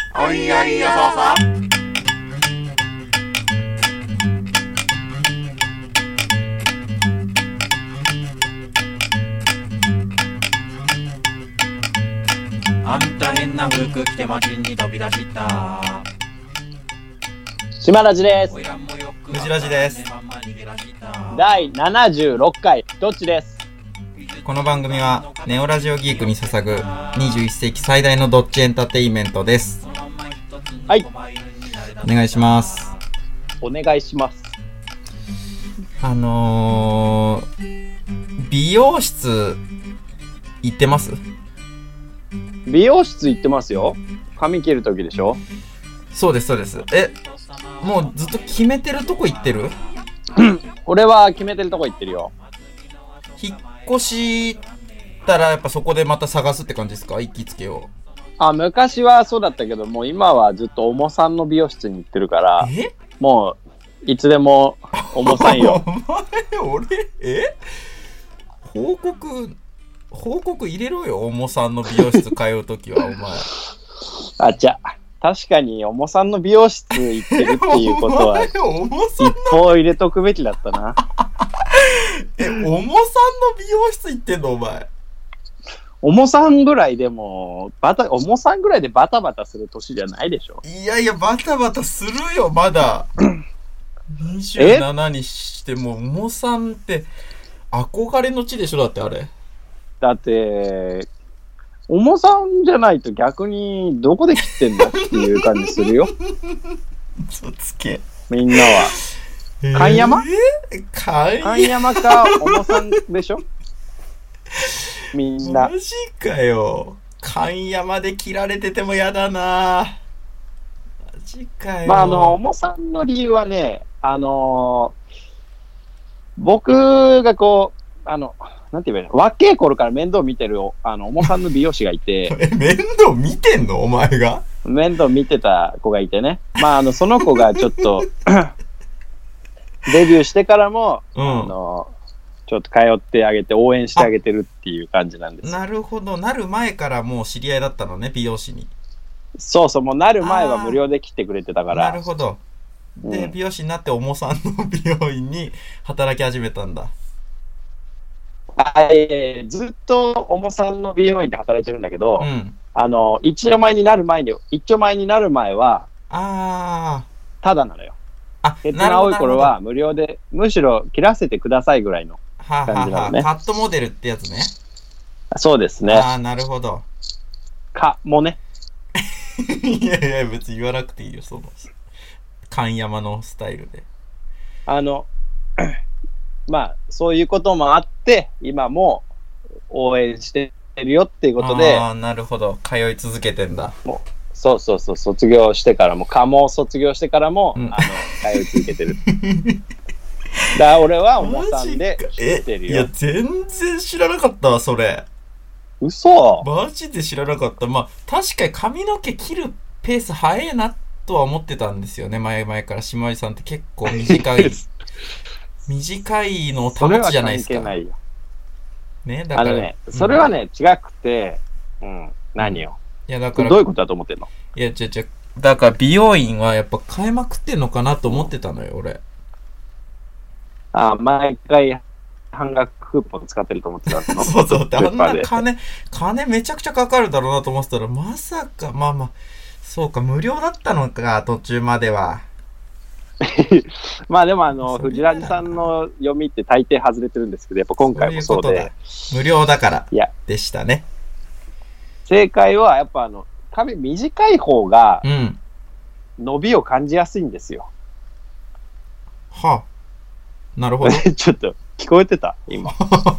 おいやいやささあんた変な服着て街に飛び出した島ラジです。 藤ラジです。 第76回どっちです。 この番組はネオラジオギークに捧ぐ21世紀最大のドッジエンターテインメントです。 はい、 お願いします。 お願いします。 美容室行ってます？ 美容室行ってますよ。髪切るときでしょ。 そうですそうです。もうずっと決めてるとこ行ってる？ 俺は決めてるとこ行ってるよ。 引っ越したらやっぱそこでまた探すって感じですか？行きつけを。 昔はそうだったけどもう今はずっとおもさんの美容室に行ってるからもういつでもおもさんよ。 お前俺報告入れろよ。おもさんの美容室通うときはお前。 じゃあ確かにおもさんの美容室行ってるっていうことは一歩入れとくべきだったな。 おもさんの美容室行ってんのお前。 おもさんぐらいでもおもさんぐらいでバタバタする年じゃないでしょ。 いやいやバタバタするよまだ。27にしてもおもさんって憧れの地でしょ。だってあれだっておもさんじゃないと逆にどこで切ってんだっていう感じするよ。 嘘つけ。 みんなは関山？関山かおもさんでしょみんな。 マジかよ。関山で切られててもやだな。マジかよ。 おもさんの理由はね、僕がこうなんて言えばいいの、若い頃から面倒見てるおもさんの美容師がいて面倒見てんのお前が？ 面倒見てた子がいてね、その子がちょっとデビューしてからも、ちょっと通ってあげて応援してあげてるっていう感じなんです。 なるほど。なる前からもう知り合いだったのね、美容師に。 そうそう、もうなる前は無料で来てくれてたから。 なるほど。で、美容師になっておもさんの美容院に働き始めたんだ。 ずっとおもさんの美容院で働いてるんだけど、一丁前になる前はただなのよ。ケツの青い頃は無料で、むしろ切らせてくださいぐらいの感じなのね。 カットモデルってやつね。 そうですね。 なるほど。 もね。 いやいや別に言わなくていいよ。その関山のスタイルで。 そういうこともあって今も応援してるよっていうことで。 なるほど。通い続けてんだ。 もうそう卒業してからも卒業してからも、通い続けてる。だから俺はおもさんで知ってるよ。 いや全然知らなかったわそれ。 嘘？ マジで知らなかった。確かに髪の毛切るペース早いなとは思ってたんですよね。前々から島井さんって結構短いのを保つじゃないですか。それは関係ないよ。ね、だからね、 それはね、違くて、何よ。 いやだからどういうことだと思ってんの？ いやだから美容院はやっぱ変えまくってんのかなと思ってたのよ俺。 毎回半額クーポン使ってると思ってたの。 そうってあんな金めちゃくちゃかかるだろうなと思ってたらまさかそうか無料だったのか途中までは。 でも藤ラジさんの読みって大抵外れてるんですけどやっぱ今回もそうで無料だからでしたね。 正解はやっぱ髪短い方が伸びを感じやすいんですよ。 なるほど。 ちょっと聞こえてた今。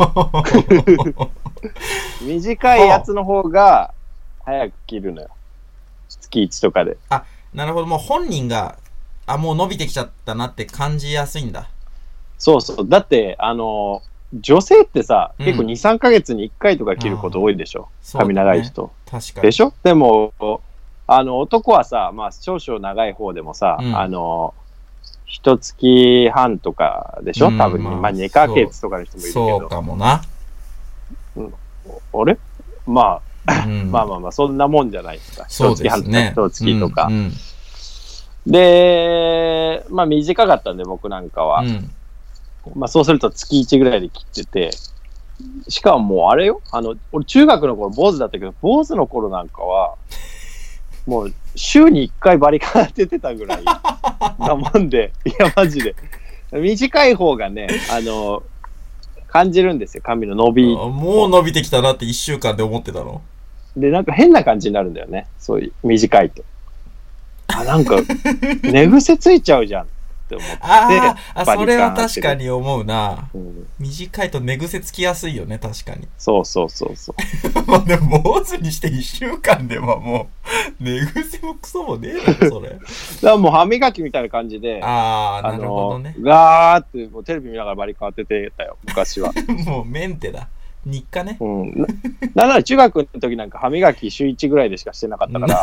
短いやつの方が早く切るのよ。月1とかで。 なるほど。もう本人がもう伸びてきちゃったなって感じやすいんだ。 そうだって女性ってさ、結構 2,3 ヶ月に1回とか切ること多いでしょ。髪長い人、 確かにでしょ。でも男はさ少々長い方でもさ、1月半とかでしょ、多分2ヶ月とかの人もいるけど。 そうかもな。 あれまあ、そんなもんじゃないですか。 そうですね。 一月とか。で、まあ短かったんで、僕なんかは。まあそうすると月1ぐらいで切ってて、しかももうあれよ、俺中学の頃坊主だったけど、坊主の頃なんかは、もう週に1回バリカン当ててたぐらいなもんで、いやマジで。短い方がね、感じるんですよ、髪の伸び。 もう伸びてきたなって1週間で思ってたの。 で、なんか変な感じになるんだよね、そういう短いと。なんか、寝癖ついちゃうじゃんって思って。 それは確かに思うな。短いと寝癖つきやすいよね、確かに。 そう。 まあでも、坊主にして1週間ではもう、寝癖もクソもねえだろ、それ。だからもう歯磨きみたいな感じで、 なるほどね。 ガーってもうテレビ見ながらバリカン当ててたよ、昔は。 もうメンテだ。日課ね。 なんなら中学の時なんか歯磨き週1ぐらいでしかしてなかったから、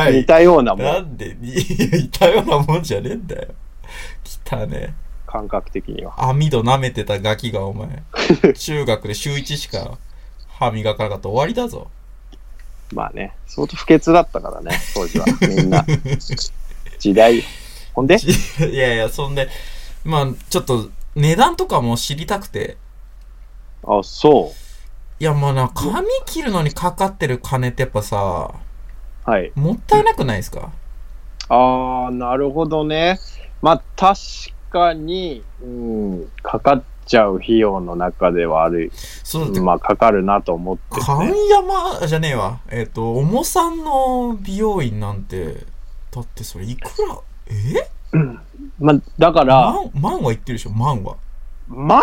似たようなもん。 なんで似たようなもんじゃねえんだよ。来たね。 感覚的には。 網戸舐めてたガキがお前、中学で週1しか歯磨かなかったら終わりだぞ。 まあね、相当不潔だったからね、当時は。みんな。時代。ほんでいや、そんで、まあちょっと値段とかも知りたくて。 あ、そう。 いや、まあ髪切るのにかかってる金ってやっぱさ、 はい。 もったいなくないですか？ なるほどね。まあ、確かに、かかっちゃう費用の中ではある。まあ、かかるなと思って、ね。 神山じゃねえわ。おもさんの美容院なんて、だってそれいくら、 まあ、だから。 万は言ってるでしょ、万は。 万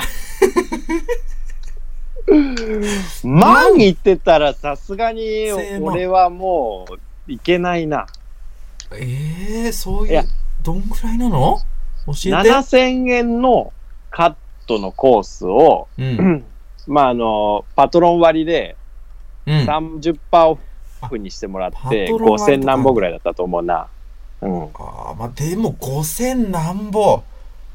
万言ってたらさすがに俺はもういけないな。 そういう、どんぐらいなの？教えて。 7000円のカットのコースを、まあパトロン割で 30% オフにしてもらって5000何ぼぐらいだったと思うな。 まあでも5000何ぼ。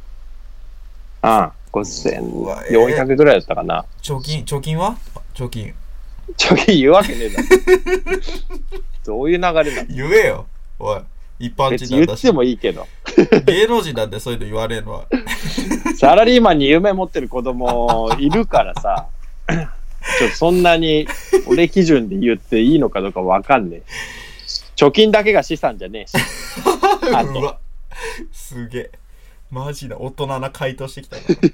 5400ぐらいだったかな。 貯金は貯金言うわけねえだろ。どういう流れなの？ 言えよ、おい。一般人なんだし。言ってもいいけど。 芸能人なんでそういうの言われるのは。 サラリーマンに夢持ってる子供いるからさ、そんなに俺基準で言っていいのかどうかわかんねえ。貯金だけが資産じゃねえし。 うわ、すげえ。マジな大人な回答してきた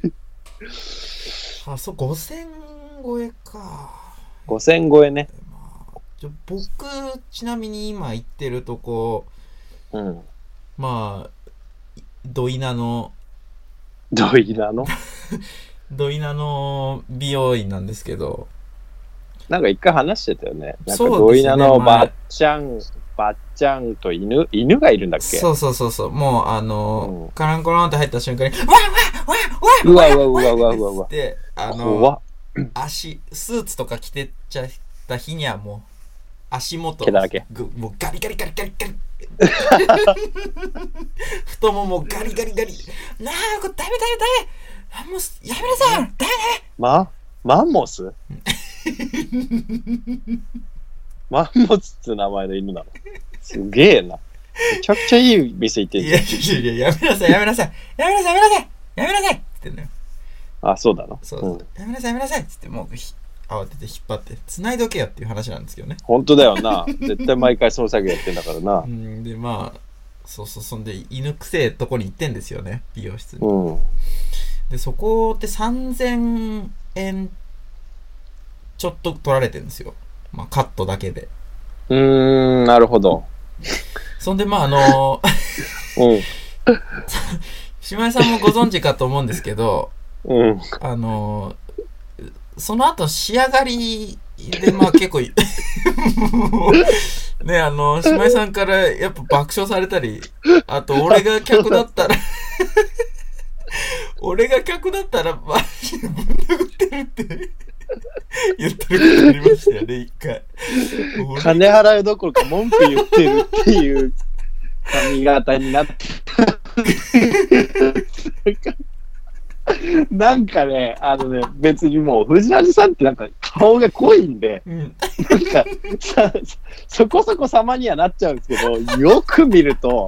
な。5000超えか。 5000超えね。 僕、ちなみに今行ってるとこ、まあ、どいなの美容院なんですけど。 なんか一回話してたよね。なんかどいなのばっちゃんと犬がいるんだっけ？ そう。もうカランコロンって入った瞬間に、 うわって怖っ。 スーツとか着てっちゃった日にはもう足元毛だらけ。 もうガリ太ももガリガリなあ、これダメもうやめなさい、ダメマンモスマンモスって名前の犬なの？すげえな。めちゃくちゃいい店行ってんじゃん。 いや、やめなさいって言ってんのよ。 あ、そうだな。 やめなさいって言って、もう慌てて引っ張って繋いどけよっていう話なんですけどね。 本当だよな。絶対毎回その作業やってんだからな。 で、まあ、そんで犬くせえとこに行ってんですよね、美容室に。で、そこって3000円ちょっと取られてるんですよ。まあ、カットだけで。 なるほど。 そんで、まあ、島井さんもご存知かと思うんですけど、その後仕上がりで、まあ結構、ね、島井さんからやっぱ爆笑されたり、あと俺が客だったら、マジでぶん殴ってるって言ってることありましたよね、一回。 金払うどころか文句言ってるっていう髪型になってなんかね、別にもう、藤ラジさんってなんか顔が濃いんで、なんかそこそこ様にはなっちゃうんですけど、よく見ると、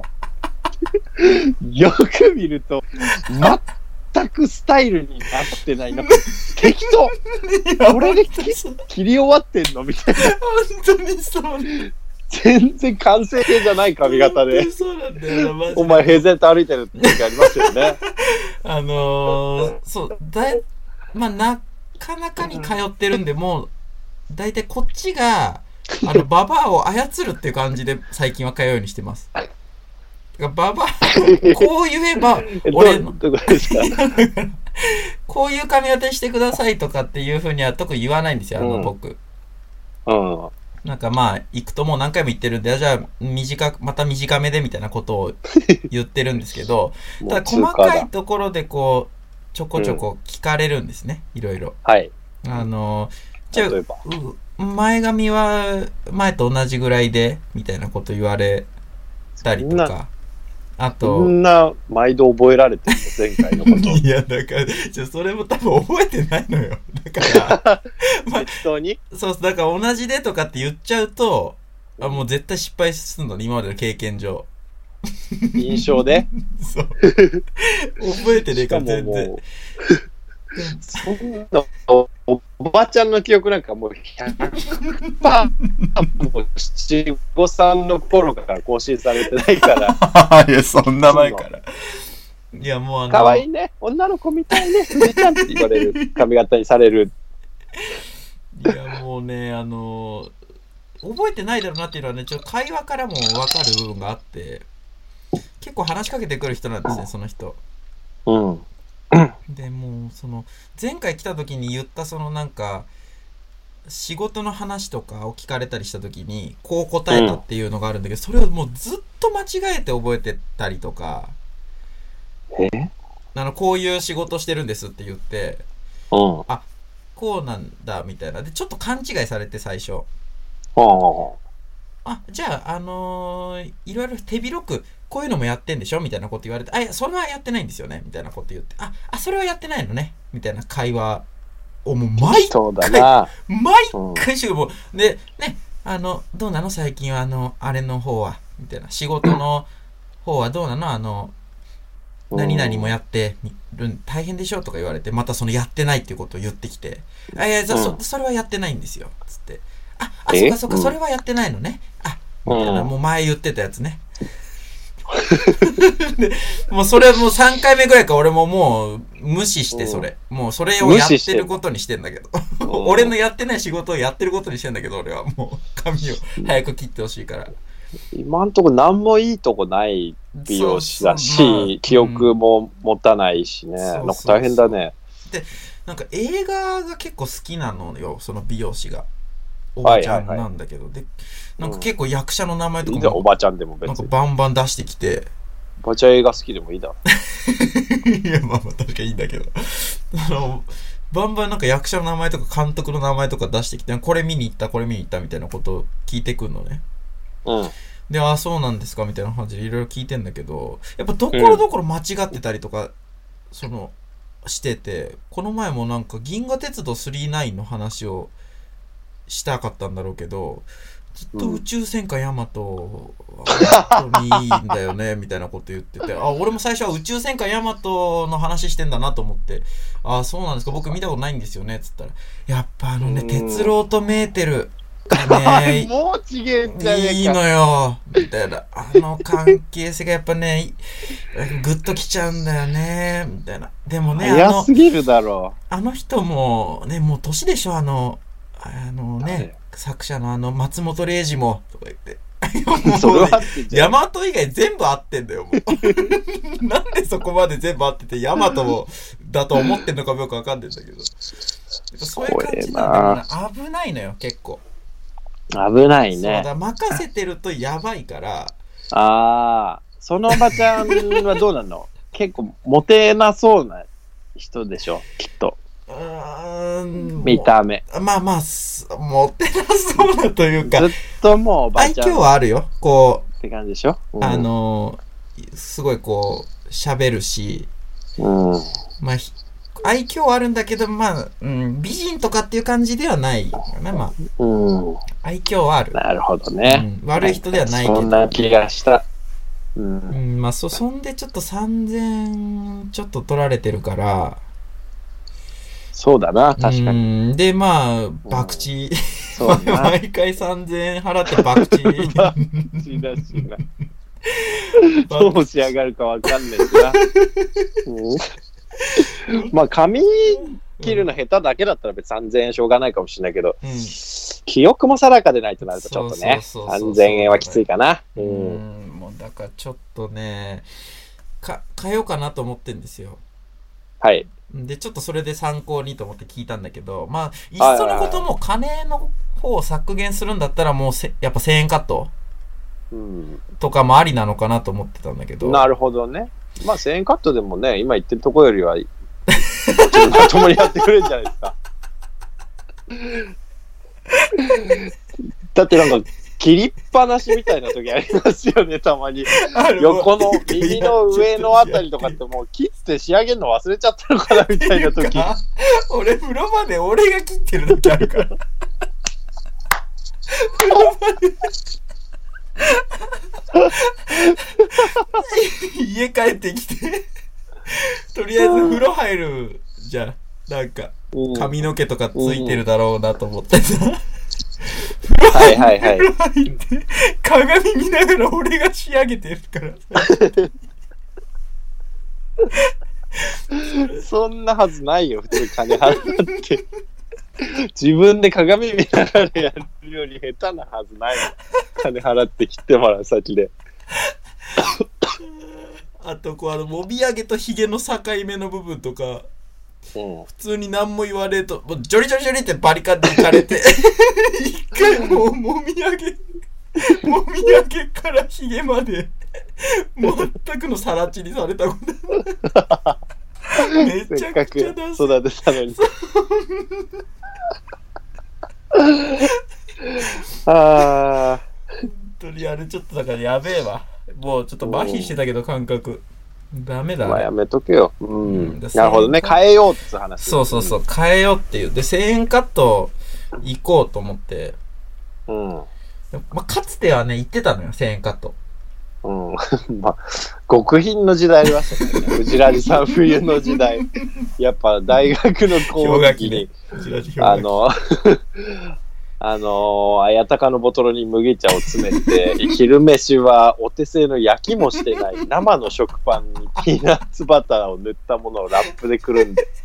全くスタイルになってない。なんか適当これで切り終わってんのみたいな。 本当にそう。 全然完成形じゃない髪型で。 そうなんだよな、マジで。 お前平然と歩いてる時ありますよね。 そう、まあ、なかなかに通ってるんで、もう、だいたいこっちが、ババアを操るっていう感じで最近は通うようにしてます。ババア、こう言えば、俺の、 どういうことですか？ こういう髪型してくださいとかっていう風には特に言わないんですよ、僕。なんかまあ、行くともう何回も言ってるんで、じゃあ、また短めでみたいなことを言ってるんですけど、ただ細かいところでこう、ちょこちょこ聞かれるんですね、いろいろ。 はい。 じゃあ、前髪は前と同じぐらいで、みたいなこと言われたりとか。あと、 そんな毎度覚えられてるの前回のこと。 いや、だから、それも多分覚えてないのよ。だから、 適当にそう、だから同じでとかって言っちゃうと、もう絶対失敗するのね、今までの経験上。 印象でそう。覚えてねえから全然。 そんなおばちゃんの記憶なんかもう 100% もう七五三の頃から更新されてないからいやそんな前からいやもうかわいいね女の子みたいねおじちゃんって言われる髪型にされる。 いやもうね覚えてないだろうなっていうのはねちょっと会話からも分かる部分があって結構話しかけてくる人なんですねその人。 うんでもうその前回来た時に言ったそのなんか仕事の話とかを聞かれたりした時にこう答えたっていうのがあるんだけど、それをもうずっと間違えて覚えてたりとかこういう仕事してるんですって言って、あこうなんだみたいなでちょっと勘違いされて最初じゃあいろいろ手広くこういうのもやってんでしょみたいなこと言われて、いや、それはやってないんですよねみたいなこと言って、それはやってないのねみたいな会話をもう毎回してもう、で、ね、どうなの最近はあれの方はみたいな、仕事の方はどうなの何々もやってる大変でしょとか言われて、またそのやってないっていうことを言ってきて、いや、それはやってないんですよ、つって、そっか、それはやってないのね。みたいな、もう前言ってたやつね。でもうそれもう3回目ぐらいか俺ももう無視してもうそれをやってることにしてんだけど俺のやってない仕事をやってることにしてんだけど俺はもう髪を早く切ってほしいから今んとこ何もいいとこない美容師だし記憶も持たないしねなんか大変だね。 でなんか映画が結構好きなのよその美容師がおばちゃんなんだけど、でなんか結構役者の名前とかもおばちゃんでも別になんかバンバン出してきておばちゃん映画好きでもいいだいやまあ確かにいいんだけどバンバンなんか役者の名前とか監督の名前とか出してきてこれ見に行ったみたいなことを聞いてくんのね。でそうなんですかみたいな感じでいろいろ聞いてんだけどやっぱところどころ間違ってたりとか、しててこの前もなんか銀河鉄道999の話をしたかったんだろうけどずっと宇宙戦艦ヤマト本当にいいんだよねみたいなこと言ってて俺も最初は宇宙戦艦ヤマトの話してんだなと思ってそうなんですか僕見たことないんですよねっつったらやっぱ鉄郎とメーテルがねもうちげえんじゃねえかいいのよみたいな関係性がやっぱねグッときちゃうんだよねみたいな。でもね早すぎるだろ人もねもう年でしょ作者の松本零士もとか言ってそれは合ってんじゃん。 ヤマト以外全部合ってんだよもうなんでそこまで全部合っててヤマトもだと思ってんのかもよくわかんないんだけどそういう感じなんだよな。危ないのよ結構危ないね。 そうだ任せてるとやばいからそのおばちゃんはどうなの結構モテなそうな人でしょきっと見た目まあモテなそうなというかずっともうおばちゃん愛嬌はあるよこうって感じでしょ、 すごいこう喋るし、 愛嬌あるんだけど、まあ、美人とかっていう感じではないよね、まあ。愛嬌はある。 なるほどね。 悪い人ではないけど。 そんな気がした。 まあ、そんでちょっと3000ちょっと取られてるから。 そうだな、確かに。 で、まあ、博打。毎回3000円払って博打。博打だしな。どう仕上がるかわかんないしな。まあ、髪切るの下手だけだったら別に3000円しょうがないかもしれないけど、記憶も定かでないとなるとちょっとね、3000円はきついかな。 もうだからちょっとね、変えようかなと思ってんですよ。 はい。 で、ちょっとそれで参考にと思って聞いたんだけど、まあ、いっそのことも金の方を削減するんだったらもうやっぱ1000円カットとかもありなのかなと思ってたんだけど。 なるほどね。まあ1000円カットでもね、今言ってるところよりは、ちょっとまともにやってくれるんじゃないですか。だってなんか、切りっぱなしみたいな時ありますよね、たまに。横の耳の上のあたりとかってもう切って仕上げるの忘れちゃったのかなみたいな時。 俺風呂場で俺が切ってる時あるから。風呂場で家帰ってきてとりあえず風呂入るじゃん。なんか髪の毛とかついてるだろうなと思ってさ。 はいはいはい。 風呂入って鏡見ながら俺が仕上げてるからそんなはずないよ、普通に金払って自分で鏡見ながらやるより下手なはずない。金払って切ってもらう先であとこうもみあげとひげの境目の部分とか、普通に何も言われるともうジョリジョリジョリってバリカンでいかれて一回もうもみあげからひげまで全くのさら地にされたことめちゃくちゃだせっかく育てたのに本当にあれちょっとだからやべえわ。もうちょっと麻痺してたけど感覚ダメだね。 まあやめとけよ。なるほどね。変えようって話。 そう変えようっていうで1000円カット行こうと思って、まあ、かつてはね言ってたのよ1000円カット。 まあ極貧の時代ありましたね。藤ラジさん冬の時代やっぱ大学の講義に綾鷹のボトルに麦茶を詰めて昼飯はお手製の焼きもしてない生の食パンにピーナッツバターを塗ったものをラップでくるんで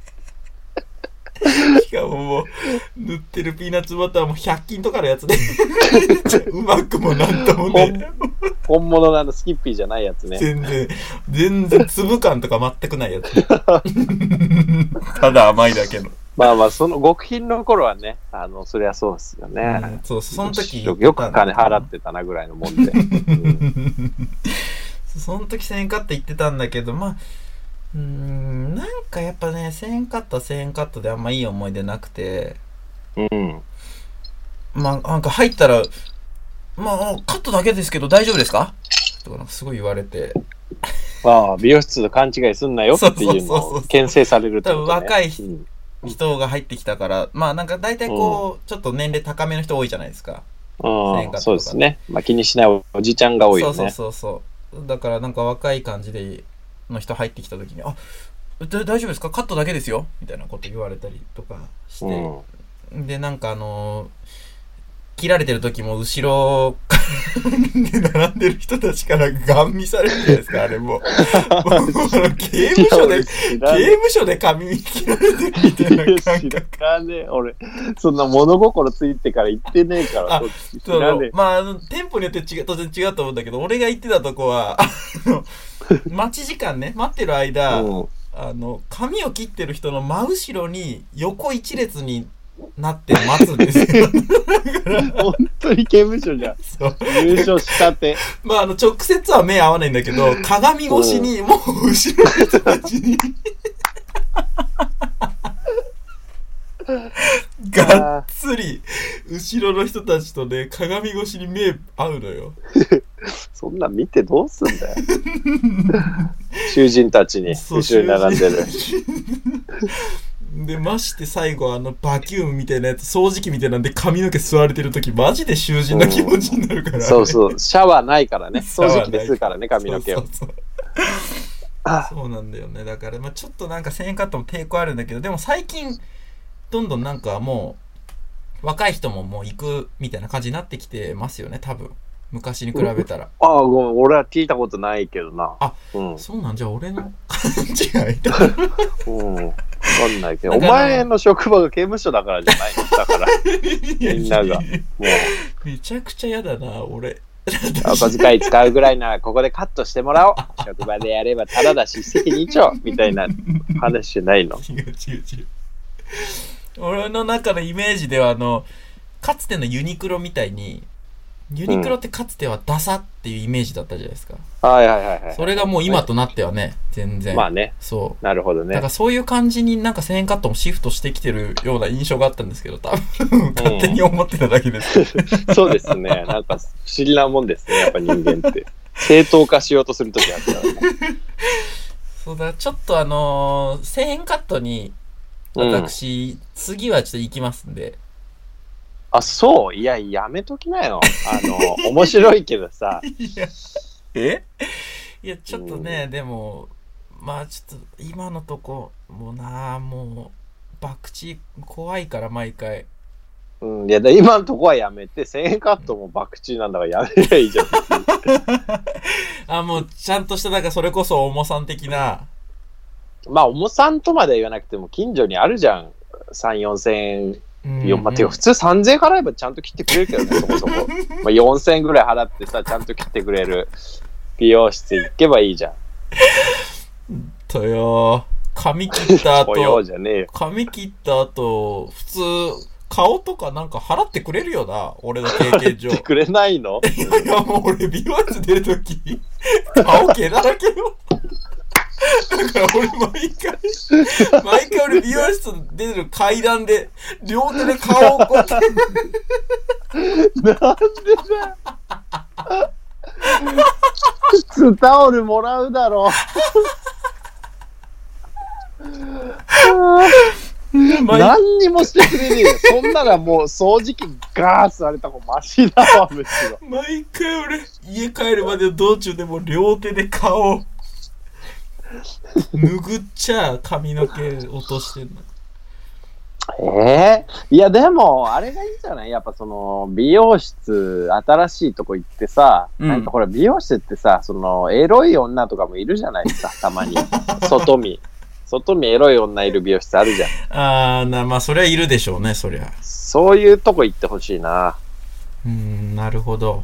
しかももう塗ってるピーナッツバターも100均とかのやつでうまくもなんともね本物のスキッピーじゃないやつね。 全然粒感とか全くないやつただ甘いだけの。 まあまあその極貧の頃はねそりゃそうですよね。 その時よく金払ってたなぐらいのもんで、 その時1000円カット言ってたんだけど、まあなんかやっぱね1000円カットは1000円カットであんまいい思い出なくて、まあなんか入ったらまあカットだけですけど大丈夫ですかとかなんかすごい言われて美容室と勘違いすんなよっていうのを牽制されるってことね。 多分若い人が入ってきたからまあなんか大体こう、ちょっと年齢高めの人多いじゃないですか。 そうですね。まあ気にしないおじちゃんが多いよね。 そうだからなんか若い感じでの人入ってきた時に大丈夫ですかカットだけですよみたいなこと言われたりとかして、でなんか切られてる時も後ろで並んでる人たちからガン見されるじゃないですか。あれも刑務所で髪切られてるみたいな感覚。 俺そんな物心ついてから行ってねえからまあ店舗によって当然違うと思うんだけど、俺が行ってたとこは待ち時間ね待ってる間、髪を切ってる人の真後ろに横一列になって待つんですよ。だから本当に刑務所じゃん。優勝したて。 まあ直接は目合わないんだけど、鏡越しにもう後ろの人たちにがっつり後ろの人たちとね鏡越しに目合うのよ。 そんな見てどうすんだよ。囚人たちに後ろに並んでる。 で、まして最後バキュームみたいなやつ、掃除機みたいなんで髪の毛吸われてるとき、マジで囚人な気持ちになるから、ね。 そうそう。シャワーないからね。掃除機で吸うからね、髪の毛を。 そうなんだよね。だから、ちょっとなんか1000円カットも抵抗あるんだけど、でも最近、どんどんなんかもう、若い人ももう行くみたいな感じになってきてますよね、多分。昔に比べたら。 ごめん、俺は聞いたことないけどな。 そうなんじゃ、俺の勘違いだ。 わかんないけど、お前の職場が刑務所だからじゃないのだから、みんなが。もう。めちゃくちゃ嫌だな、俺。 お小遣い使うぐらいならここでカットしてもらおう。職場でやればただだし一石二鳥みたいな話じゃないの。 違う。俺の中のイメージではかつてのユニクロみたいに、ユニクロってかつてはダサっていうイメージだったじゃないですか。 はい。 それがもう今となってはね、全然。 まあね。 そう。 なるほどね。 だからそういう感じになんか1000円カットもシフトしてきてるような印象があったんですけど、多分、勝手に思ってただけです。 そうですね。なんか不思議なもんですね、やっぱ人間って。正当化しようとするときあったからね。 そうだ、ちょっと1000円カットに、私、次はちょっと行きますんで。 そういや、やめときなよ。面白いけどさ。 いや、ちょっとね、でも、ちょっと、今のとこ、もう、博打怖いから、毎回。 いや、今のとこはやめて、1000円カットも博打なんだからやめりゃいいじゃん。 もう、ちゃんとした、だからそれこそ、重さん的な。 重さんとまでは言わなくても、近所にあるじゃん。3、4000円。てか普通3000円払えばちゃんと切ってくれるけどね、そこそこ。4000円ぐらい払ってさ、ちゃんと切ってくれる美容室行けばいいじゃん。 髪切った後、 じゃねえよ。 髪切った後、普通、顔とかなんか払ってくれるよな、俺の経験上。 払ってくれないの？ いや、もう俺美容室出るとき、顔毛だらけよ。だから俺毎回俺美容室出る階段で両手で顔をこうやってなんでだ普通タオルもらうだろ何にもしてくれねえよ。そんならもう掃除機ガーッされた方がマシだわ、むしろ。 毎回俺家帰るまでの道中でも両手で顔を拭っちゃ髪の毛落としてんの。いやでもあれがいいんじゃない？やっぱその美容室新しいとこ行ってさ、なんかほら美容室ってさ、そのエロい女とかもいるじゃないですか、たまに。外見エロい女いる美容室あるじゃん。 そりゃいるでしょうね、そりゃ。 そういうとこ行ってほしいな。 なるほど。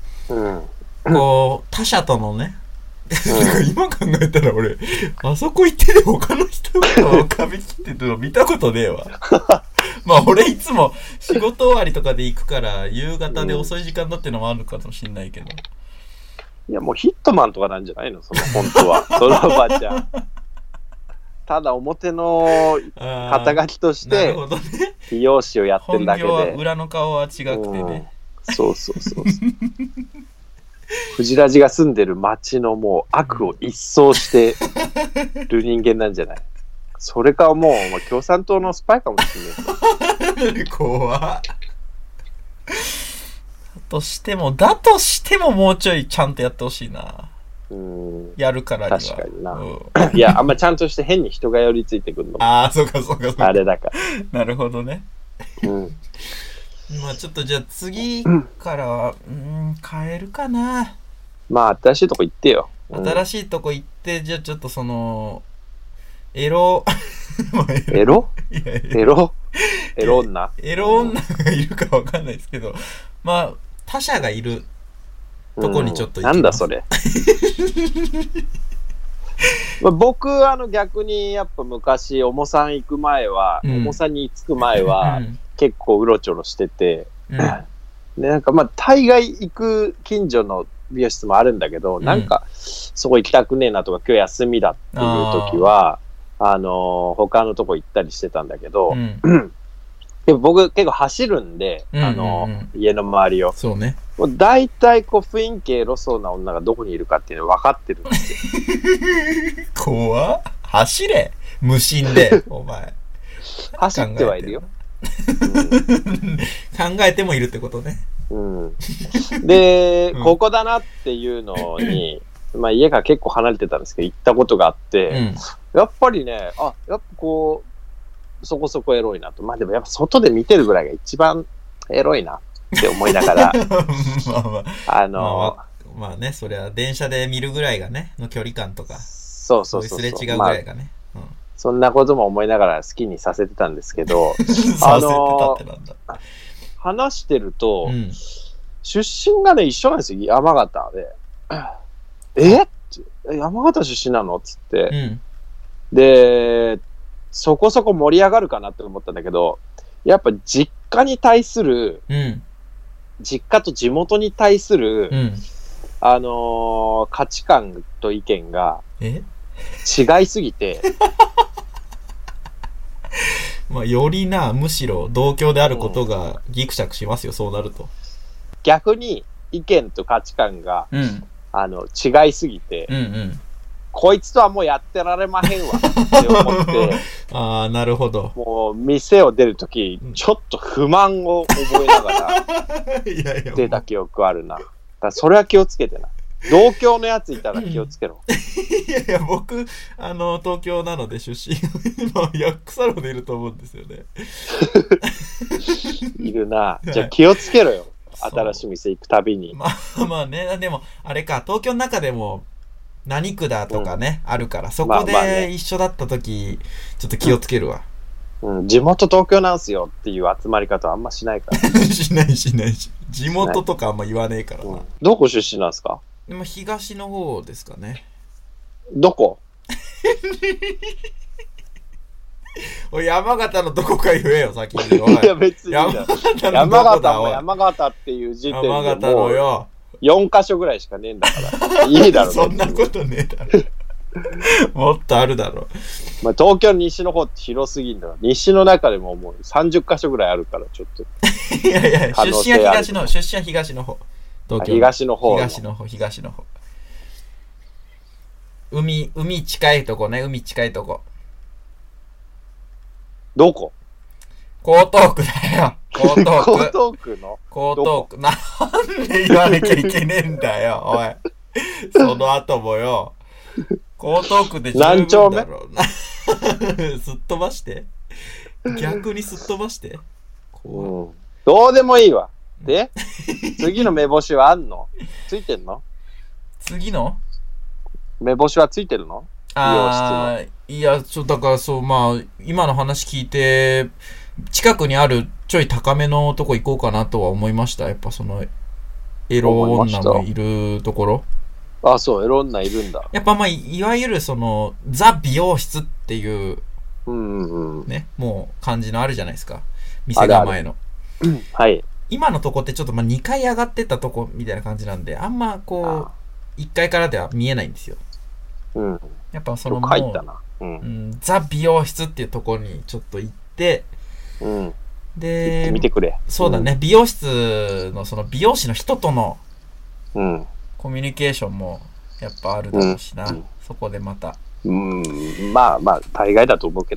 こう他者とのね。今考えたら俺あそこ行ってで他の人が髪切ってるの見たことねえわ。俺いつも仕事終わりとかで行くから夕方で遅い時間だってのもあるかもしんないけど、 いやもうヒットマンとかなんじゃないの、その本当は。そのおばちゃんただ表の肩書きとして美容師をやってるだけで、 本業は裏の顔は違くてね。 そうフジラジが住んでる街のもう悪を一掃してる人間なんじゃない？それかもう、共産党のスパイかもしれない。 怖っ。だとしてももうちょいちゃんとやってほしいな。やるからには。 確かにな。いや、あんまちゃんとして変に人が寄りついてくるの。 そうか。 あれだから。 なるほどね。ちょっとじゃあ次からは、変えるかな。 新しいとこ行ってよ。 新しいとこ行って、じゃあちょっとその、エロ女がいるかわかんないですけど、他者がいるとこにちょっと行きます。 なんだそれ。僕逆にやっぱ昔重さん行く前は、重さに着く前は、結構うろちょろしてて、でなんか大概行く近所の美容室もあるんだけど、なんかそこ行きたくねえなとか今日休みだっていう時は他のとこ行ったりしてたんだけど、でも僕結構走るんで、家の周りを。 そうね。 もう大体雰囲気エロそうな女がどこにいるかっていうの分かってるんですよ。 怖っ。走れ。 無心で、お前。 走ってはいるよ。 考えてもいるってことね。 うん。で、ここだなっていうのに、まあ家が結構離れてたんですけど、行ったことがあって、やっぱりね、やっぱこう、そこそこエロいなと。まあでもやっぱ外で見てるぐらいが一番エロいなって思いながら、 まあね、そりゃ電車で見るぐらいがね、の距離感とか、 そうすれ違うぐらいがね。 そんなことも思いながら好きにさせてたんですけど、話してると、出身がね、一緒なんですよ、山形で。山形出身なのっつって、で、そこそこ盛り上がるかなって思ったんだけど、やっぱ実家に対する、実家と地元に対する、価値観と意見が違いすぎて、 まあ、よりむしろ同郷であることがギクシャクしますよ、そうなると。 逆に意見と価値観が、違いすぎて、こいつとはもうやってられまへんわって思って、 ああ、なるほど。 もう店を出るとき、ちょっと不満を覚えながら出た記憶あるな。だからそれは気をつけてな。同郷のやついたら気をつけろ。 いや、僕、東京なので出身、ヤックサロでいると思うんですよね。 いるな。じゃあ気をつけろよ。新しい店行くたびに。 まあね、でも、あれか、東京の中でも、何区だとかね、あるから、そこで一緒だった時、ちょっと気をつけるわ。 地元東京なんすよっていう集まり方はあんましないから。 しない。地元とかあんま言わねえからな。 どこ出身なんですか？ でも東の方ですかね。 どこ？ おい、山形のどこか言えよ、先に。 いや、別に。山形っていう時点でもう山形のよ。 4カ所ぐらいしかねえんだから。いいだろ。 そんなことねえだろ。もっとあるだろ。 まあ、東京の西の方って広すぎんだから。西の中でももう30カ所ぐらいあるから、ちょっと。 いや、出身は東の方。東京東の方。 海近いとこね、海近いとこ。 どこ？ 江東区だよ。江東区の江東区。なんで言わなきゃいけねえんだよ、おい。その後もよ。江東区で十分だろうな。すっ飛ばして。逆にすっ飛ばして。 どうでもいいわ。で、次の目星はあんの？ついてんの？ 次の目星はついてるの？ いや、だからそう、まあ、今の話聞いて、近くにあるちょい高めのとこ行こうかなとは思いました。やっぱその、エロ女のいるところ。 あ、そう、エロ女いるんだ。 やっぱまあ、いわゆるその、ザ美容室っていう、ね、もう感じのあるじゃないですか。店構えの。 はい。 今のとこってちょっとまあ2階上がってたとこみたいな感じなんで、あんまこう、1階からでは見えないんですよ。やっぱそのもう、ザ美容室っていうところにちょっと行って、で、 見てくれ。 そうだね、美容室のその美容師の人とのコミュニケーションもやっぱあるだろうしな、そこでまた。 まあ、大概だと思うけど。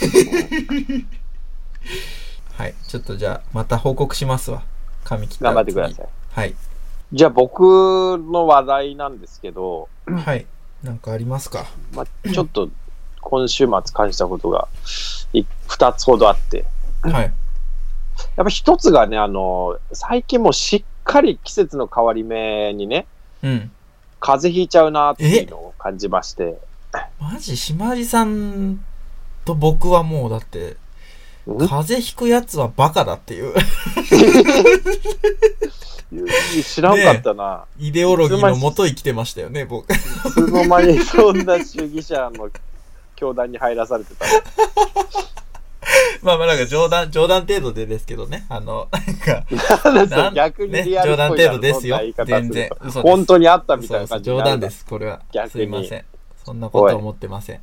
はい、ちょっとじゃあまた報告しますわ。髪切った頑張ってください。 はい。 じゃあ僕の話題なんですけど。 はい。なんかありますか？ ちょっと今週末感じたことが2つほどあって。 はい。 やっぱ一つがね、最近もうしっかり季節の変わり目にね、風邪ひいちゃうなっていうのを感じまして。 マジ？島地さんと僕はもうだって、風邪ひくやつはバカだっていう。 知らんかったな、 ね。イデオロギーのもと生きてましたよね、僕。 いつの間にそんな主義者の教団に入らされてたまあなんか冗談程度でですけどね。 逆にリアルっぽい、 冗談程度ですよ。全然。嘘です。 本当にあったみたいな感じ。 冗談です、これは。すいません。そんなこと思ってません。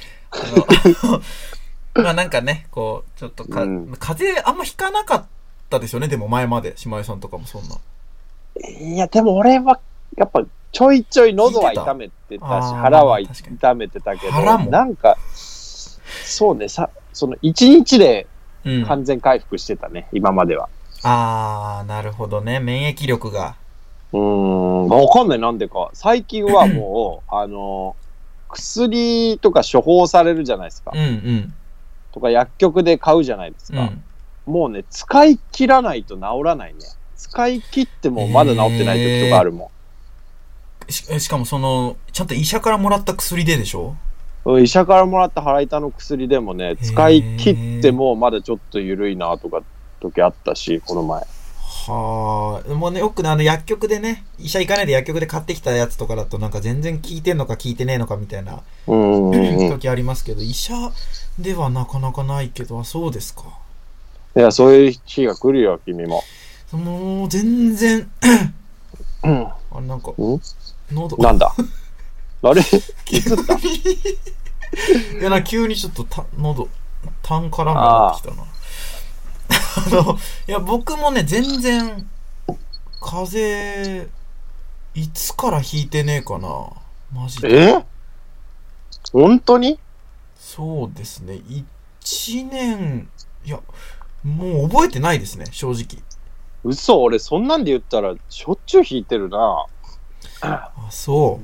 まあなんかね、こう、ちょっと風邪あんまひかなかったですよね、でも前まで。島井さんとかもそんな。 いや、でも俺は、やっぱちょいちょい喉は痛めてたし、腹は痛めてたけど、なんか、 そうね、その1日で完全回復してたね、今までは。 なるほどね。免疫力が。 わかんない、なんでか。最近はもう、薬とか処方されるじゃないですか。とか薬局で買うじゃないですか。もうね、使い切らないと治らないね。使い切ってもまだ治ってない時とかあるもん。 しかもちゃんと医者からもらった薬でしょ？ 医者からもらった腹痛の薬でもね、使い切ってもまだちょっと緩いなとか時あったし、この前。 はあ、もうね、よくね、薬局でね、医者行かないで薬局で買ってきたやつとかだとなんか全然効いてんのか効いてねえのかみたいな時ありますけど、医者ではなかなかないけど、そうですか。 いや、そういう日が来るよ、君も。 もう全然なんか喉なんだあれ気づった？ いや急にちょっと喉タン絡むようになってきたな。いや僕もね全然風邪いつからひいてねえかな、マジで。 本当に？ そうですね、1年、いやもう覚えてないですね、正直。 嘘、俺そんなんで言ったらしょっちゅう引いてるな。 そう。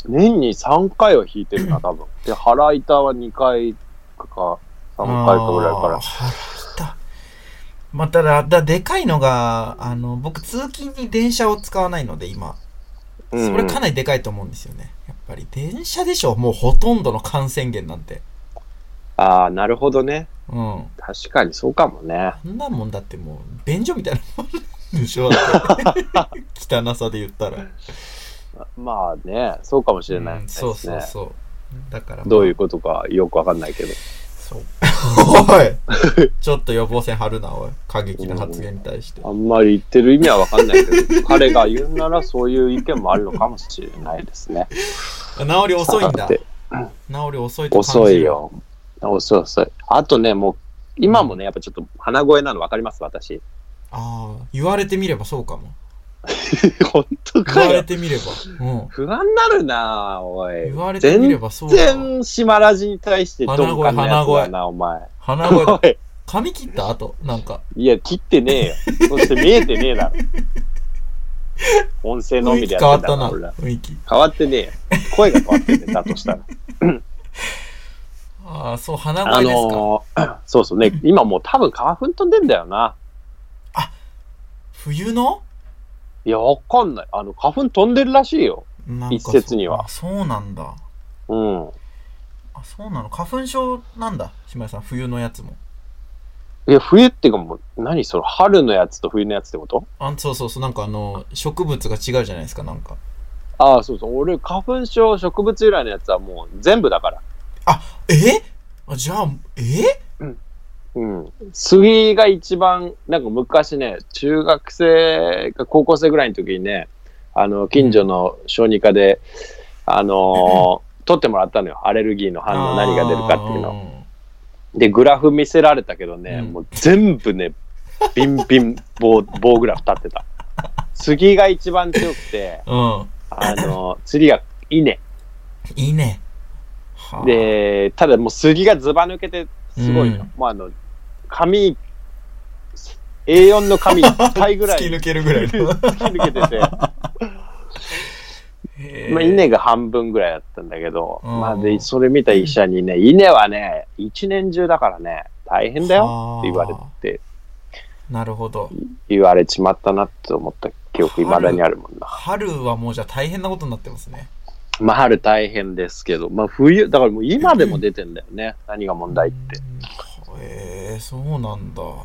年に3回は引いてるな、多分。で、腹痛は2回か3回かぐらいから。 腹痛。まあ、ただでかいのが、僕通勤に電車を使わないので今。それかなりでかいと思うんですよね。やっぱり電車でしょ、もうほとんどの感染源なんて。 なるほどね。確かにそうかもね。 あんなもんだってもう便所みたいなもんでしょ汚さで言ったら。 まあね、そうかもしれないですね。 そう。だから、 どういうことかよくわかんないけど。 そう。おいちょっと予防線張るな、おい。過激な発言に対して。 あんまり言ってる意味はわかんないけど、彼が言うならそういう意見もあるのかもしれないですね。 治り遅いんだ。治り遅いと感じる。 遅いよ。遅い。あとね、もう、今もね、やっぱちょっと鼻声なの分かります、私。 言われてみればそうかも。 本当かよ。 言われてみれば。 不安になるなおい。 言われてみればそうか。 全然島ラジに対してどうかのやつだな、お前。 鼻声。髪切った後なんか。 いや、切ってねえよ。そして見えてねえだろ。音声のみでやってんだから、俺ら。 雰囲気変わってねえよ。声が変わってねだとしたら。そう、鼻声ですか。 そうね。今もう多分花粉飛んでんだよな。 冬の？ いや、わかんない。花粉飛んでるらしいよ。一説には。 そうなんだ。そうなの。花粉症なんだ、島谷さん、冬のやつも。 いや、冬っていうかもう、何その、春のやつと冬のやつってこと？ そう、なんか植物が違うじゃないですか、なんか。 そう。俺、花粉症、植物由来のやつはもう全部だから。 じゃあ、 杉が一番、なんか昔ね、中学生か高校生ぐらいの時にね、近所の小児科で、取ってもらったのよ。アレルギーの反応何が出るかっていうの。で、グラフ見せられたけどね、もう全部ね、ビンビン棒グラフ立ってた。杉が一番強くて、次が稲。 稲。 で、ただもう杉がズバ抜けてすごいの。もう紙、A4 の紙いっぱいぐらい。 突き抜けるぐらい。 突き抜けてて。稲が半分ぐらいだったんだけど、で、それ見た医者にね、稲はね、一年中だからね、大変だよって言われて。 なるほど。 言われちまったなって思った記憶未だにあるもんな。 春はもうじゃあ大変なことになってますね。 春大変ですけど、冬、だからもう今でも出てんだよね。何が問題って。 そうなんだ。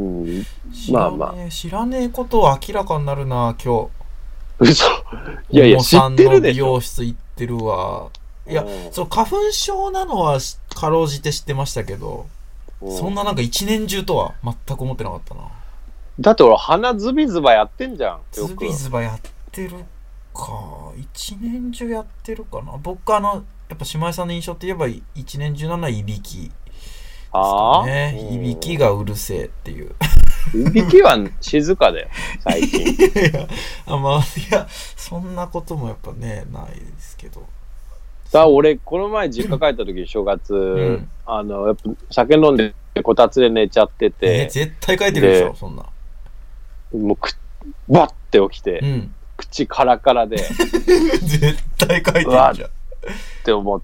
知らねえことは明らかになるな、今日。 嘘。いや、知ってるでしょ。 美容室行ってるわ。いや、花粉症なのはかろうじて知ってましたけど、そんななんか一年中とは全く思ってなかったな。 だって俺鼻ズビズバやってんじゃん。 ズビズバやってるか。一年中やってるかな。僕やっぱ島井さんの印象って言えば一年中なのはいびきですかね。いびきがうるせえっていう。 いびきは静かだよ、最近。 いや、そんなこともやっぱね、ないですけど。 だ俺、この前実家帰った時、正月、やっぱ酒飲んで、こたつで寝ちゃってて。 絶対書いてるでしょ、そんな。 もうバッて起きて、口カラカラで。 絶対書いてるじゃん。 って思って、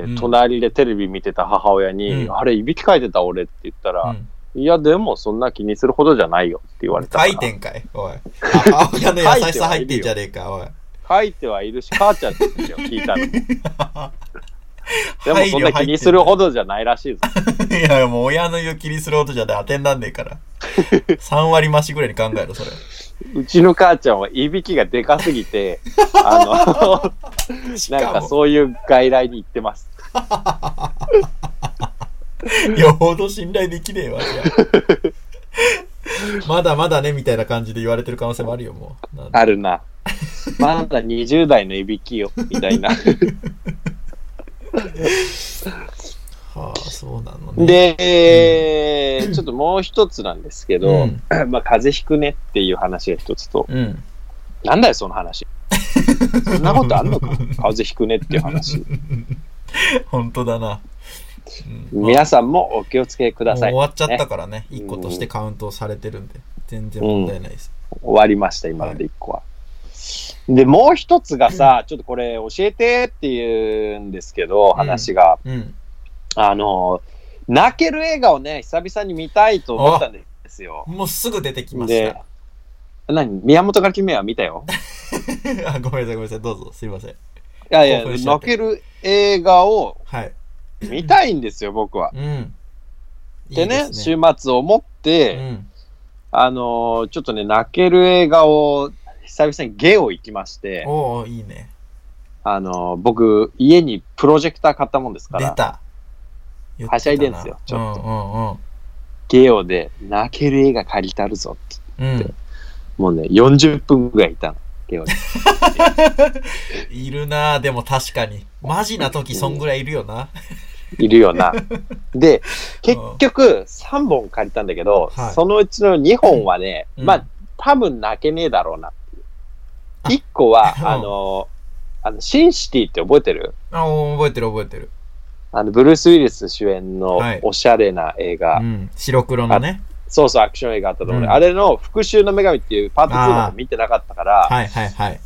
隣でテレビ見てた母親に、あれ、いびきかいてた俺って言ったら、いや、でもそんな気にするほどじゃないよって言われたから。 書いてんかい、おい。母親の優しさ入ってんじゃねえか、おい。 書いてはいるし、母ちゃんって言うんですよ、聞いたの。でもそんな気にするほどじゃないらしいぞ。 いや、もう親の言う気にするほどじゃ当てになんねえから。3割増しぐらいに考えろ、それ。 うちの母ちゃんはいびきがでかすぎて、なんかそういう外来に行ってます。 よほど信頼できねえわ、じゃあ。まだまだね、みたいな感じで言われてる可能性もあるよ、もう。 あるな。まだ20代のいびきよ、みたいな。 はあ、そうなのね。 で、ちょっともう一つなんですけど、まあ、風邪ひくねっていう話が一つと、なんだよ、その話。そんなことあんのか風邪ひくねっていう話。 本当だな。 皆さんもお気をつけください。 もう終わっちゃったからね。1個としてカウントされてるんで、全然問題ないです。 終わりました、今ので1個は。で、もう一つがさ、ちょっとこれ教えてって言うんですけど、話が。泣ける映画をね、久々に見たいと思ったんですよ。 もうすぐ出てきました。 宮本から君は見たよ。 ごめんなさい、どうぞ、すいません。いやいや、泣ける映画を見たいんですよ、僕は。でね、週末をもって、ちょっとね、泣ける映画を、久々にゲオ行きまして。 おー、いいね。 僕、家にプロジェクター買ったもんですから。 出た。 はしゃいでんすよ、ちょっと。ゲオで泣ける映画借りたるぞって言って。もうね、40分ぐらいいたの、ゲオで。 いるなぁ、でも確かに。マジな時そんぐらいいるよな。 いるよな。で、結局3本借りたんだけど、そのうちの2本はね、まあ、多分泣けねえだろうなっていう。1個は、シンシティって覚えてる？ 覚えてる。 ブルース・ウィリス主演のおしゃれな映画。 白黒のね。 そうそう、アクション映画あったと思う。あれの復讐の女神っていうパート2まで見てなかったから、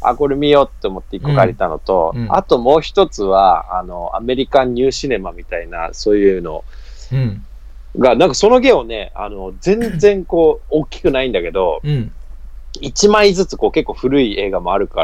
これ見ようって思って1個借りたのと、あともう一つは、アメリカンニューシネマみたいな、そういうのが、なんかそのゲオね、全然こう、大きくないんだけど、1枚ずつこう結構古い映画もあるから、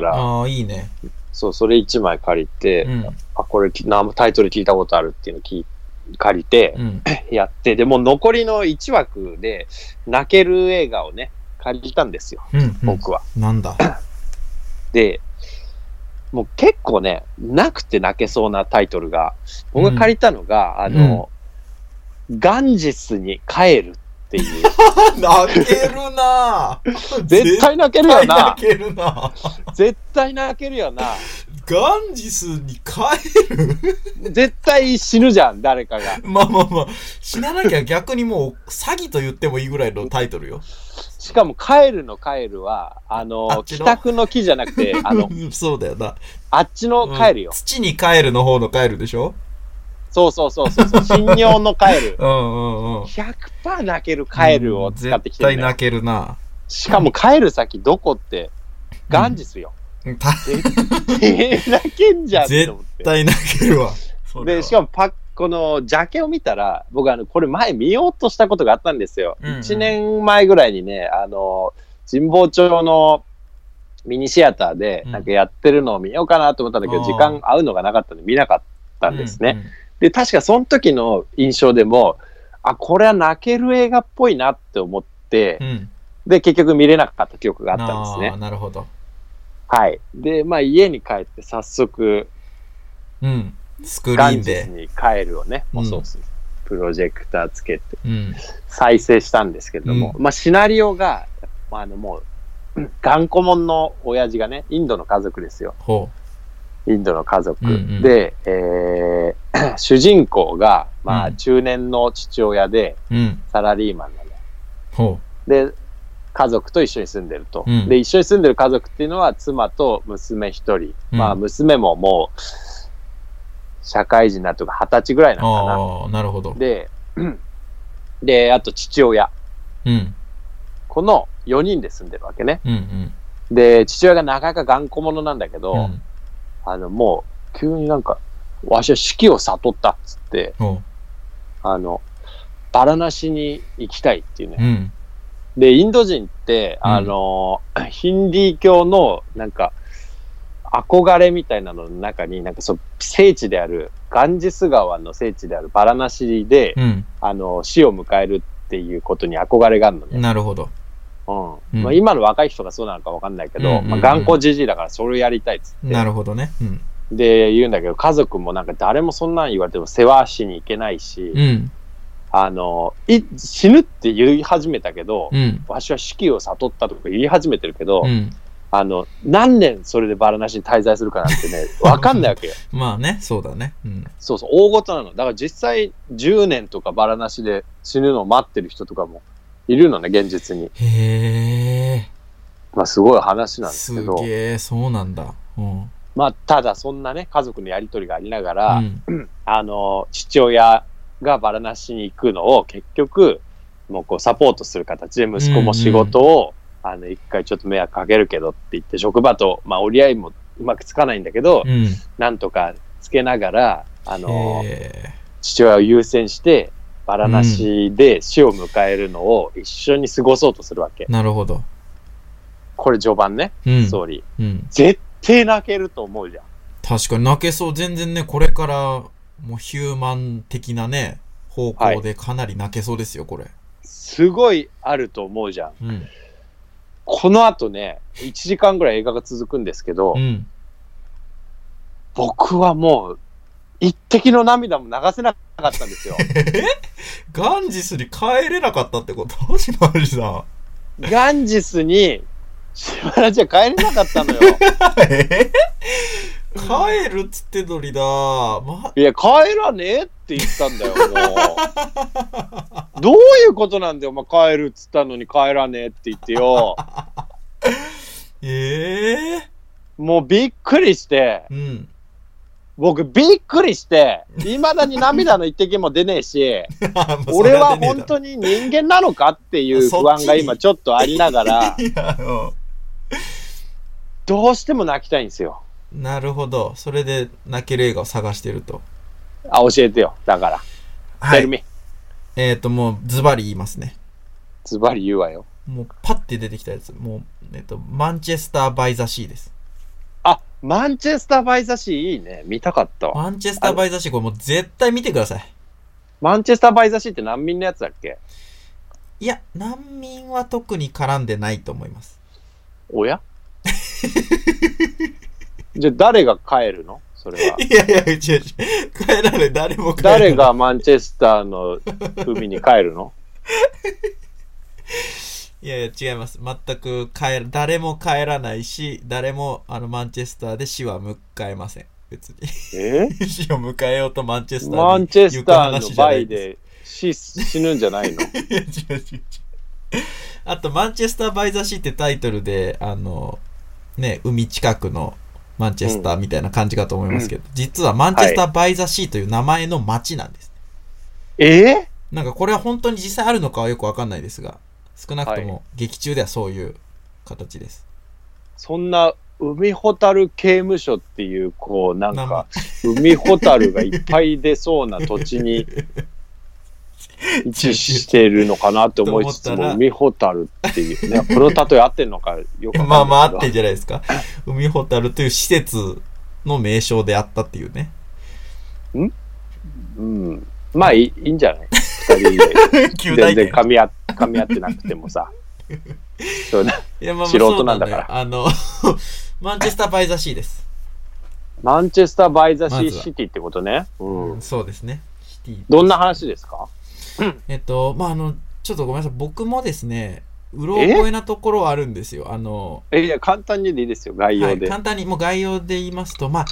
いいね。 そう、それ1枚借りて、これタイトル聞いたことあるっていうの借りて、やって、でも残りの1枠で泣ける映画をね、借りたんですよ、僕は。 なんだ。 で、もう結構ね、なくて泣けそうなタイトルが、僕が借りたのが、ガンジスに帰るっていう。 泣けるなぁ。 絶対泣けるよな。 泣けるな絶対泣けるよな。 ガンジスに帰る絶対死ぬじゃん、誰かが。 まあ、死ななきゃ逆にもう詐欺と言ってもいいぐらいのタイトルよ。 しかも帰るの帰るは、帰宅の木じゃなくて、 そうだよな。 あっちの帰るよ。 土に帰るの方の帰るでしょ？ そう。信用の帰る。100% 泣ける帰るを使ってきてる、ね。 絶対泣けるな。 しかも帰る先どこって、ガンジスよ。泣けんじゃんって思って。 絶対泣けるわ。 で、しかもこのジャケを見たら、僕これ前見ようとしたことがあったんですよ。1年前ぐらいにね、神保町のミニシアターでなんかやってるのを見ようかなと思ったんだけど、時間合うのがなかったんで見なかったんですね。で、確かその時の印象でも、これは泣ける映画っぽいなって思って、で、結局見れなかった記憶があったんですね。 なるほど。 はい。で、まあ家に帰って早速、 スクリーンで。 ガンジスに帰るをね、プロジェクターつけて、再生したんですけれども、まあシナリオが、もう、頑固者の親父がね、インドの家族ですよ。インドの家族で、主人公が、まあ中年の父親で、サラリーマンなの。で、家族と一緒に住んでると。で、一緒に住んでる家族っていうのは妻と娘一人。まあ娘ももう社会人になってか20歳ぐらいなのかな。 ああ、なるほど。 で、あと父親。 うん。 この4人で住んでるわけね。 うんうん。 で、父親がなかなか頑固者なんだけど、もう、急になんか、わしは死期を悟ったっつって、バラナシに行きたいっていうね。で、インド人って、ヒンディー教の、なんか、憧れみたいなのの中に、なんか聖地である、ガンジス川の聖地であるバラナシで、死を迎えるっていうことに憧れがあるのね。 なるほど。 まあ、今の若い人がそうなのかわかんないけど、頑固じじいだからそれをやりたいっつって。 なるほどね。 で、言うんだけど、家族もなんか誰もそんなん言われても世話しに行けないし、死ぬって言い始めたけど、わしは死期を悟ったとか言い始めてるけど、何年それでバラナシに滞在するかなんてね、わかんないわけよ。 まあね、そうだね。 そうそう、大事なの。だから実際10年とかバラナシで死ぬのを待ってる人とかもいるのね、現実に。 へー。 まあすごい話なんですけど。 すげー、そうなんだ。 まあただそんなね、家族のやりとりがありながら、父親がバラナシに行くのを結局、もうこうサポートする形で息子も仕事を、一回ちょっと迷惑かけるけどって言って、職場と、まあ折り合いもうまくつかないんだけど、なんとかつけながら、父親を優先して、バラナシで死を迎えるのを一緒に過ごそうとするわけ。 なるほど。 これ序盤ね、ストーリー。絶対泣けると思うじゃん。 確かに泣けそう。全然ね、これからもうヒューマン的なね、方向でかなり泣けそうですよ、これ。 すごいあると思うじゃん。この後ね、1時間ぐらい映画が続くんですけど、僕はもう、一滴の涙も流せなかったんですよ。 ガンジスに帰れなかったってことしまるさん。 ガンジスに、しばらちゃん帰れなかったのよ。 帰るっつってのにだ、 いや、帰らねえって言ったんだよ、もう。どういうことなんだよ、お前帰るっつったのに帰らねえって言ってよ。もうびっくりして、僕びっくりして、未だに涙の一滴も出ねえし、俺は本当に人間なのかっていう不安が今ちょっとありながら、どうしても泣きたいんですよ。 なるほど。それで泣ける映画を探してると。 教えてよ。だから。 はい。もうズバリ言いますね。 ズバリ言うわよ。 もうパッて出てきたやつ。もう、マンチェスター・バイ・ザ・シーです。 あ、マンチェスター・バイ・ザ・シーいいね。見たかったわ。 マンチェスター・バイ・ザ・シー、これもう絶対見てください。 マンチェスター・バイ・ザ・シーって難民のやつだっけ？ いや、難民は特に絡んでないと思います。 おやじゃあ誰が帰るのそれは。 いやいや、違う。帰らない。誰も帰らない。 誰がマンチェスターの海に帰るのいやいや、違います。全く誰も帰らないし、誰もマンチェスターで死は迎えません。別に。死を迎えようとマンチェスターにマンチェスターのバイで死ぬんじゃないのいや、違う。 あと、マンチェスター・バイ・ザ・シーってタイトルで、ね、海近くのマンチェスターみたいな感じかと思いますけど、実はマンチェスター・バイ・ザ・シーという名前の街なんです。なんかこれは本当に実際あるのかはよくわかんないですが、少なくとも劇中ではそういう形です。 そんな海ほたる刑務所っていう、こう、なんか、海ほたるがいっぱい出そうな土地に位置してるのかなって思いつつも、海ほたるっていうね、この例え合ってんのかよくわかんない。 まあまあ合ってんじゃないですか。海ほたるという施設の名称であったっていうね。 まあいいんじゃない二人で。全然噛み合ってなくてもさ。そうね。素人なんだから。 マンチェスター・バイ・ザ・シーです。 マンチェスター・バイ・ザ・シティってことね。 そうですね。 どんな話ですか？ まあちょっとごめんなさい。僕もですね、うろ覚えなところはあるんですよ。 いや、簡単にでいいですよ、概要で。 簡単に、もう概要で言いますと、まあ、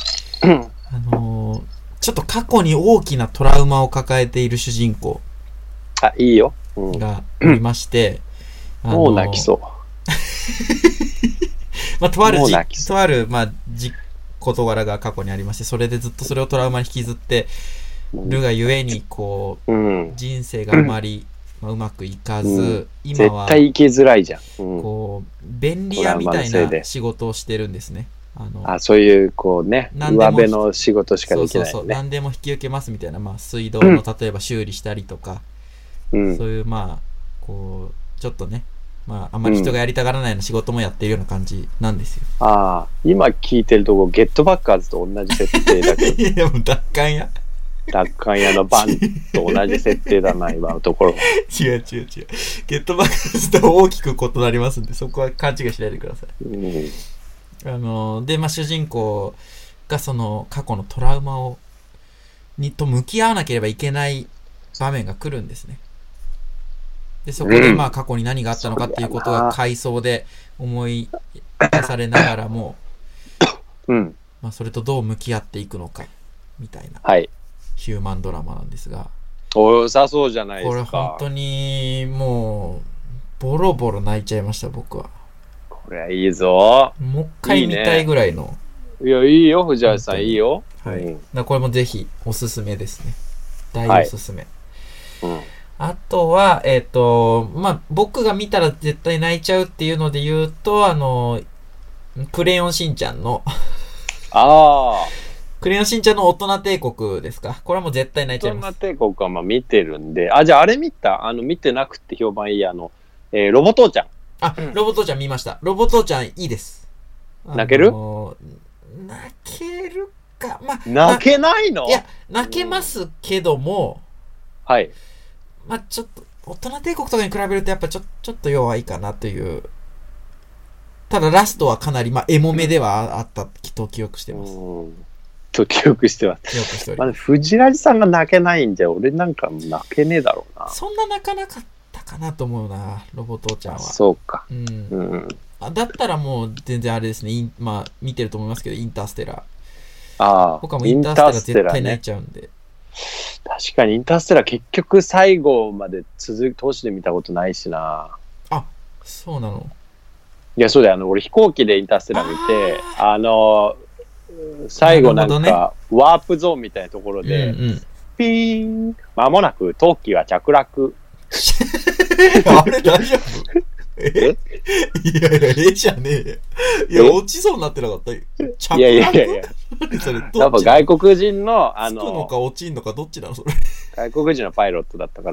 ちょっと過去に大きなトラウマを抱えている主人公。 いいよ。 がいまして、 もう泣きそう。 まあ、とある、まあ、 事柄が過去にありまして、それでずっとそれをトラウマに引きずってるがゆえに、こう、人生があまり、うまくいかず、今は、 絶対生きづらいじゃん。 こう、便利屋みたいな仕事をしてるんですね。 そういう、こうね、上辺の仕事しかできない、ね。 そう。何でも引き受けますみたいな、水道の例えば修理したりとか、そういう、こう、ちょっとね、あんまり人がやりたがらないような仕事もやってるような感じなんですよ。 今聞いてるとこ、ゲットバッカーズと同じ設定だけど。 いや、もう奪還屋のバンと同じ設定だな、今のところは。 違う。ゲットバッカーズと大きく異なりますんで、そこは勘違いしないでください。で、主人公がその過去のトラウマと向き合わなければいけない場面が来るんですね。で、そこで過去に何があったのかっていうことが回想で思い出されながらも、それとどう向き合っていくのか、みたいな、ヒューマンドラマなんですが。 良さそうじゃないですか。 これ本当にもう、ボロボロ泣いちゃいました、僕は。 これはいいぞ。 もう一回見たいぐらいの。 いや、いいよ、藤原さん、いいよ。 これもぜひおすすめですね。大おすすめ。あとは、僕が見たら絶対泣いちゃうっていうので言うと、クレヨンしんちゃんのクレヨンしんちゃんの大人帝国ですか。これはもう絶対泣いちゃいます。 大人帝国は見てるんで、じゃああれ見てなくて評判いいロボ父ちゃん。 ロボ父ちゃん見ました。ロボ父ちゃんいいです。 泣ける？ 泣けるか。 泣けないの？ いや、泣けますけども、ちょっと、大人帝国とかに比べるとやっぱちょっと弱いかなという。ただラストはかなり、エモめではあったと記憶してます。 記憶してます。藤ラジさんが泣けないんじゃ、俺なんか泣けねえだろうな。 そんな泣かなかったかなと思うな、ロボ父ちゃんは。 そうか。 だったらもう全然あれですね、見てると思いますけど、インターステラー。僕はもうインターステラー絶対泣いちゃうんで。 確かにインターステラー結局最後まで通しで見たことないしな。 そうなの？ いや、そうだよ。俺飛行機でインターステラー見て、最後なんか、ワープゾーンみたいなところで、ピーン、間もなく冬季は着落。 あれ大丈夫？いや、じゃねえ。いや、落ちそうになってなかった。 いや。やっぱ外国人の、 つくのか落ちんのかどっちなのそれ。 外国人のパイロットだったから。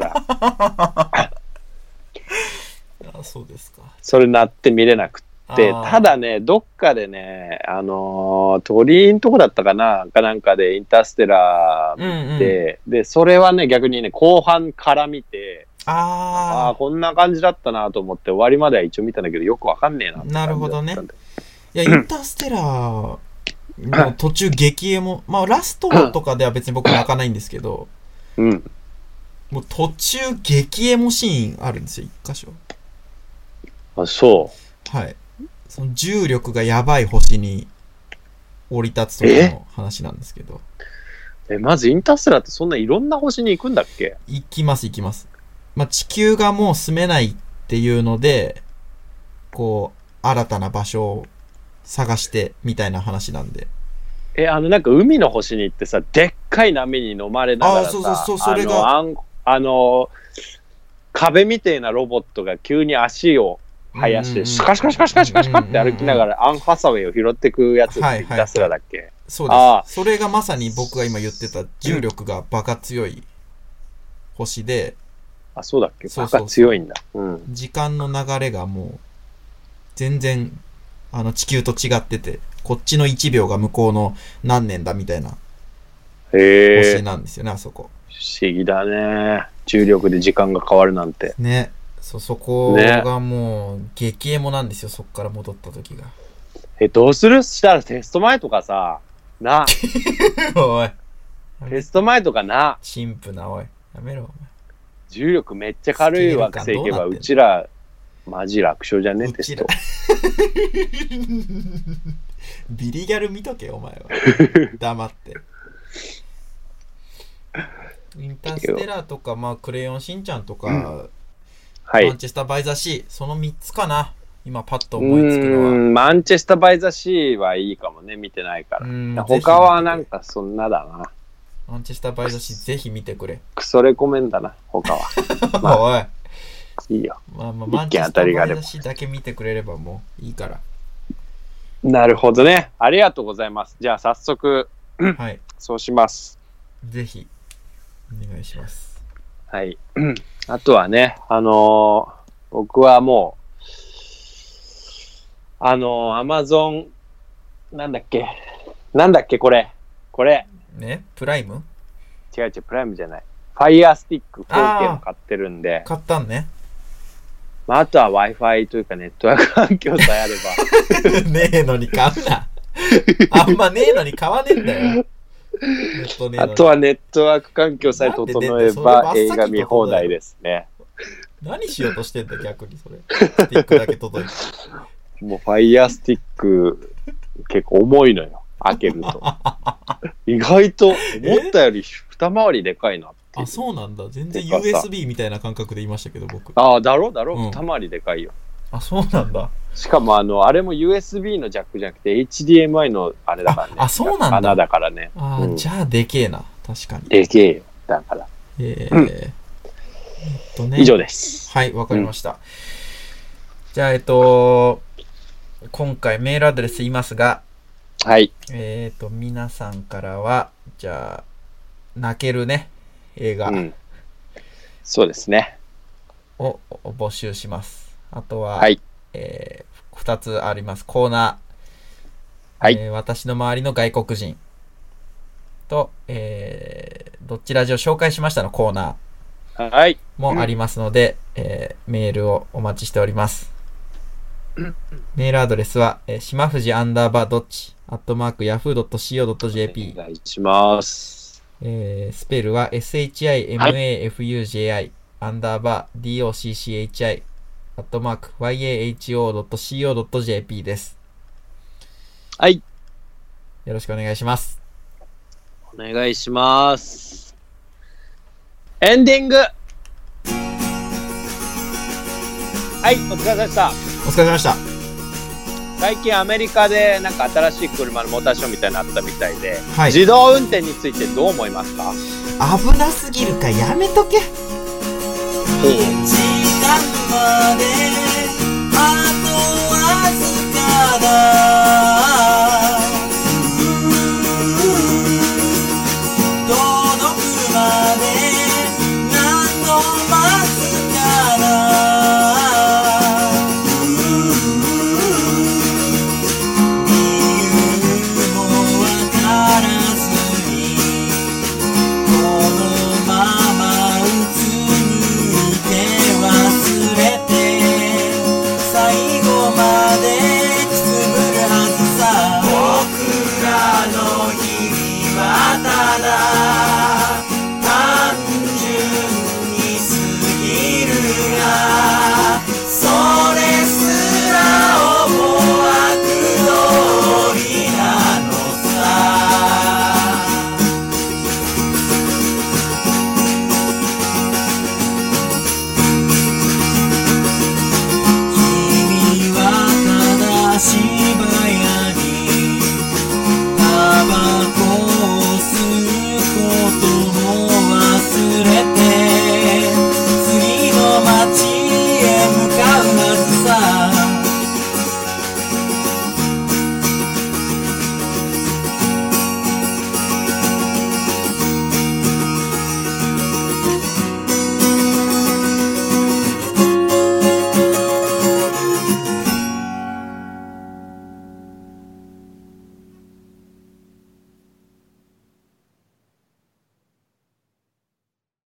そうですか。 それなって見れなくて、ただね、どっかでね、鳥居のとこだったかな、なんかでインターステラー見て、で、それはね、逆にね、後半から見て、こんな感じだったなと思って、終わりまでは一応見たんだけど、よくわかんねえな。 なるほどね。いや、インターステラーの途中激エモ、ラストとかでは別に僕泣かないんですけど、もう途中激エモシーンあるんですよ、一箇所。 そう。 はい。その重力がやばい星に降り立つときの話なんですけど。 まずインターステラーってそんないろんな星に行くんだっけ？ 行きます。地球がもう住めないっていうので、こう、新たな場所を探してみたいな話なんで。 なんか海の星に行ってさ、でっかい波に飲まれながらさ、 それが。 壁みたいなロボットが急に足を生やして、シカシカって歩きながらアン・ハサウェイを拾ってくやつってインターステラーだっけ？ そうです。それがまさに僕が今言ってた重力がバカ強い星で、 そうだっけ？バカ強いんだ。 時間の流れがもう全然地球と違ってて、こっちの1秒が向こうの何年だみたいな星なんですよね、あそこ。 不思議だね。重力で時間が変わるなんて。 ね。そこがもう激エモなんですよ、そこから戻った時が。 どうする？したらテスト前とかさ、 おい。 テスト前とかな。 陳腐な、おい。やめろ、お前。 重力めっちゃ軽い惑星行けば、うちら、マジ楽勝じゃねえ、テスト。 ビリギャル見とけ、お前は。黙って。インターステラーとか、クレヨンしんちゃんとか、マンチェスターバイザー C、その3つかな。 今パッと思いつくのは。 マンチェスターバイザシーはいいかもね、見てないから。他はなんかそんなだな。 マンチェスターバイザシーぜひ見てくれ。 クソレコメンだな、他は。 まあ、おい。 いいよ。 マンチェスターバイザシーだけ見てくれればもういいから。 なるほどね。ありがとうございます。じゃあ早速、 はい。 そうします。 ぜひ、お願いします。 はい。あとはね、僕はもう、アマゾン、なんだっけ、これ。 ね、プライム？ 違う、プライムじゃない。ファイヤースティック 4K を買ってるんで。 買ったんね。 まあ、あとは Wi-Fi というかネットワーク環境さえあれば。 ねえのに買うな。あんまねえのに買わねえんだよ。 あとはネットワーク環境さえ整えば映画見放題ですね。 何しようとしてんだ逆にそれ。スティックだけ届いて。 もうファイヤースティック結構重いのよ。開けると。意外と思ったより二回りでかいなっていう。 あ、そうなんだ。全然 USB みたいな感覚で言いましたけど僕。 あ、だろ、二回りでかいよ。 あ、そうなんだ。 しかもあれも USB のジャックじゃなくて HDMI のあれだからね。 あ、そうなんだ。 穴だからね。 じゃあでけえな。確かに。 でけえよ。だから。以上です。 はい、わかりました。じゃあ、今回メールアドレス言いますが、 はい。 皆さんからは、じゃあ、泣けるね、映画。 そうですね。 を募集します。あとは、 はい。 2つあります。コーナー。 はい。 私の周りの外国人。と、どっちラジオ紹介しましたのコーナー。はい。 もありますので、メールをお待ちしております。メールアドレスは、しまふじ_yahoo.co.jp。 お願いします。 スペルは shimafuji _docchi @yaho.co.jp です。 はい。 よろしくお願いします。 お願いします。エンディング。はい、お疲れ様でした。 お疲れ様でした。 最近アメリカでなんか新しい車のモーターショーみたいなのあったみたいで、 はい、 自動運転についてどう思いますか？ 危なすぎるかやめとけ。 時間まであとわずかだ。届くまで何度待つかな。理由もわからずにこのままうつむいて忘れて最後までくすぶるはずさ。僕らの日々はただ